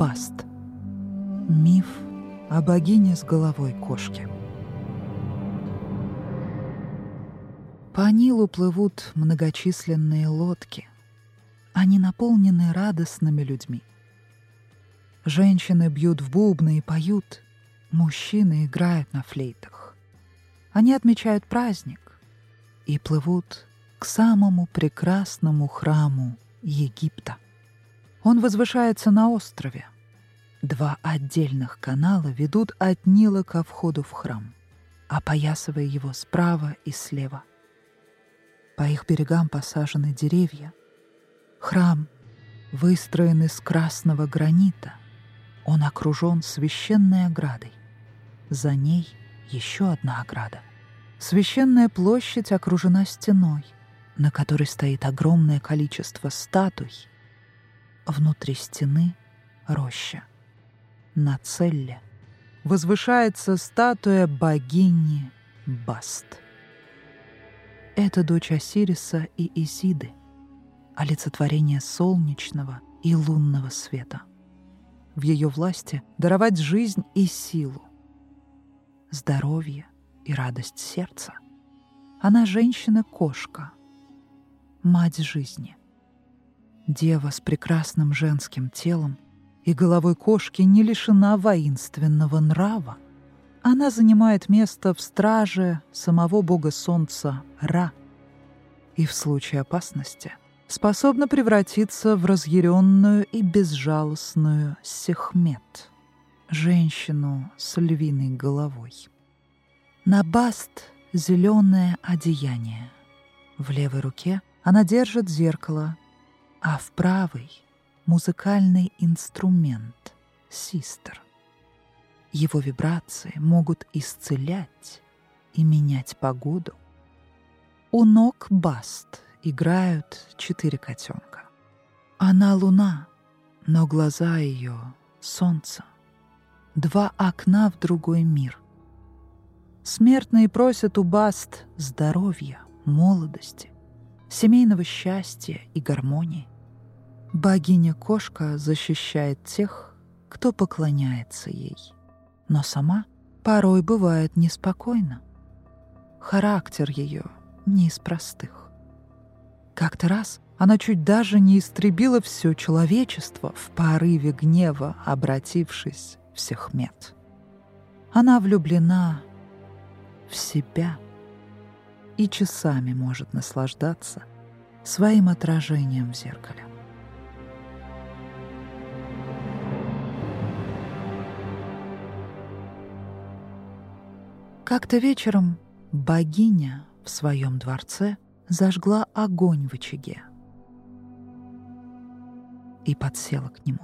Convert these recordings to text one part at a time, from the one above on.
Баст. Миф о богине с головой кошки. По Нилу плывут многочисленные лодки. Они наполнены радостными людьми. Женщины бьют в бубны и поют, мужчины играют на флейтах. Они отмечают праздник и плывут к самому прекрасному храму Египта. Он возвышается на острове. 2 отдельных канала ведут от Нила ко входу в храм, опоясывая его справа и слева. По их берегам посажены деревья. Храм выстроен из красного гранита. Он окружен священной оградой. За ней еще одна ограда. Священная площадь окружена стеной, на которой стоит огромное количество статуй. Внутри стены — роща. На целле возвышается статуя богини Баст. Это дочь Осириса и Изиды, олицетворение солнечного и лунного света. В ее власти даровать жизнь и силу, здоровье и радость сердца. Она женщина-кошка, мать жизни. Дева с прекрасным женским телом и головой кошки не лишена воинственного нрава. Она занимает место в страже самого бога солнца Ра и в случае опасности способна превратиться в разъяренную и безжалостную Сехмет, женщину с львиной головой. На Баст зеленое одеяние. В левой руке она держит зеркало, а в правой — музыкальный инструмент — систер. Его вибрации могут исцелять и менять погоду. У ног Баст играют 4 котенка. Она луна, но глаза ее — солнце. 2 окна в другой мир. Смертные просят у Баст здоровья, молодости, семейного счастья и гармонии. Богиня-кошка защищает тех, кто поклоняется ей, но сама порой бывает неспокойна. Характер ее не из простых. Как-то раз она чуть даже не истребила все человечество в порыве гнева, обратившись в Сехмет. Она влюблена в себя и часами может наслаждаться своим отражением в зеркале. Как-то вечером богиня в своем дворце зажгла огонь в очаге и подсела к нему.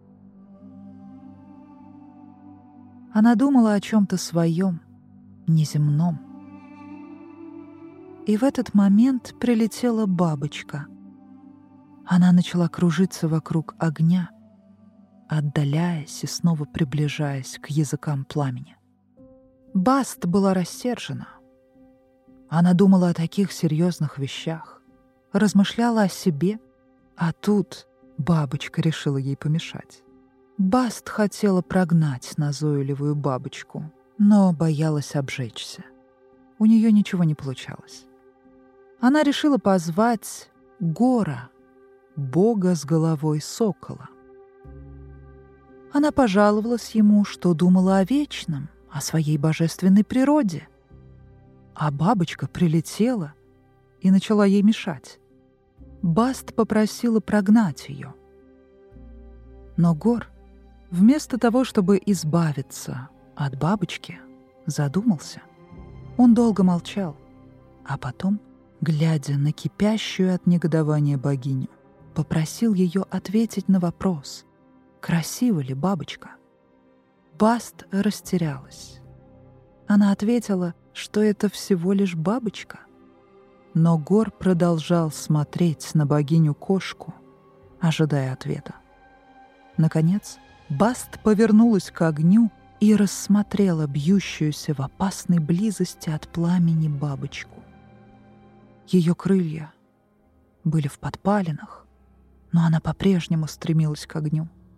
Она думала о чем-то своем, неземном. И в этот момент прилетела бабочка. Она начала кружиться вокруг огня, отдаляясь и снова приближаясь к языкам пламени. Баст была рассержена. Она думала о таких серьезных вещах, размышляла о себе, а тут бабочка решила ей помешать. Баст хотела прогнать назойливую бабочку, но боялась обжечься. У нее ничего не получалось. Она решила позвать Гора, бога с головой сокола. Она пожаловалась ему, что думала о вечном, о своей божественной природе. А бабочка прилетела и начала ей мешать. Баст попросила прогнать ее. Но Гор, вместо того, чтобы избавиться от бабочки, задумался. Он долго молчал, а потом, глядя на кипящую от негодования богиню, попросил ее ответить на вопрос, красива ли бабочка. Баст растерялась. Она ответила, что это всего лишь бабочка. Но Гор продолжал смотреть на богиню-кошку, ожидая ответа. Наконец, Баст повернулась к огню и рассмотрела бьющуюся в опасной близости от пламени бабочку. Ее крылья были в подпалинах, но она по-прежнему стремилась к огню.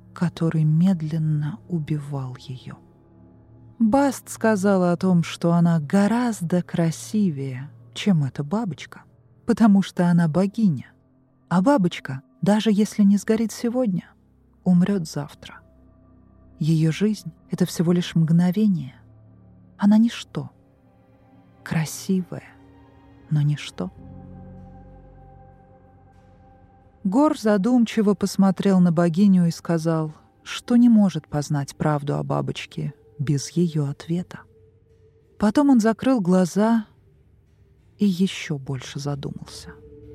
который медленно убивал ее. Баст сказала о том, что она гораздо красивее, чем эта бабочка, потому что она богиня. А бабочка, даже если не сгорит сегодня, умрет завтра. Ее жизнь — это всего лишь мгновение. Она ничто. Красивая, но ничто. Гор задумчиво посмотрел на богиню и сказал, что не может познать правду о бабочке без ее ответа. Потом он закрыл глаза и еще больше задумался.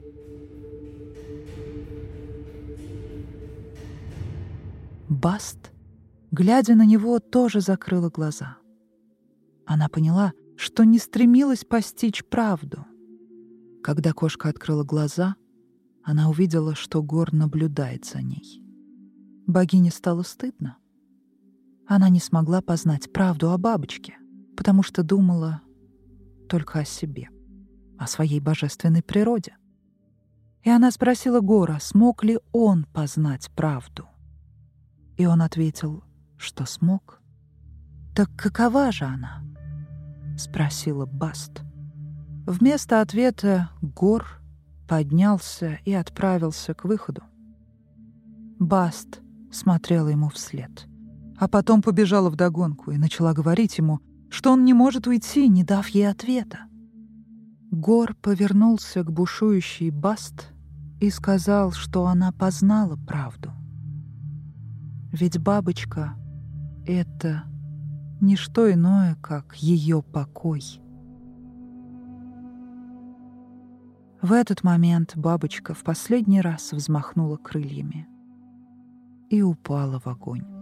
Баст, глядя на него, тоже закрыла глаза. Она поняла, что не стремилась постичь правду. Когда кошка открыла глаза, она увидела, что Гор наблюдает за ней. Богине стало стыдно. Она не смогла познать правду о бабочке, потому что думала только о себе, о своей божественной природе. И она спросила Гора, смог ли он познать правду. И он ответил, что смог. «Так какова же она?» — спросила Баст. Вместо ответа Гор поднялся и отправился к выходу. Баст смотрела ему вслед, а потом побежала вдогонку и начала говорить ему, что он не может уйти, не дав ей ответа. Гор повернулся к бушующей Баст и сказал, что она познала правду. Ведь бабочка — это не что иное, как ее покой. В этот момент бабочка в последний раз взмахнула крыльями и упала в огонь.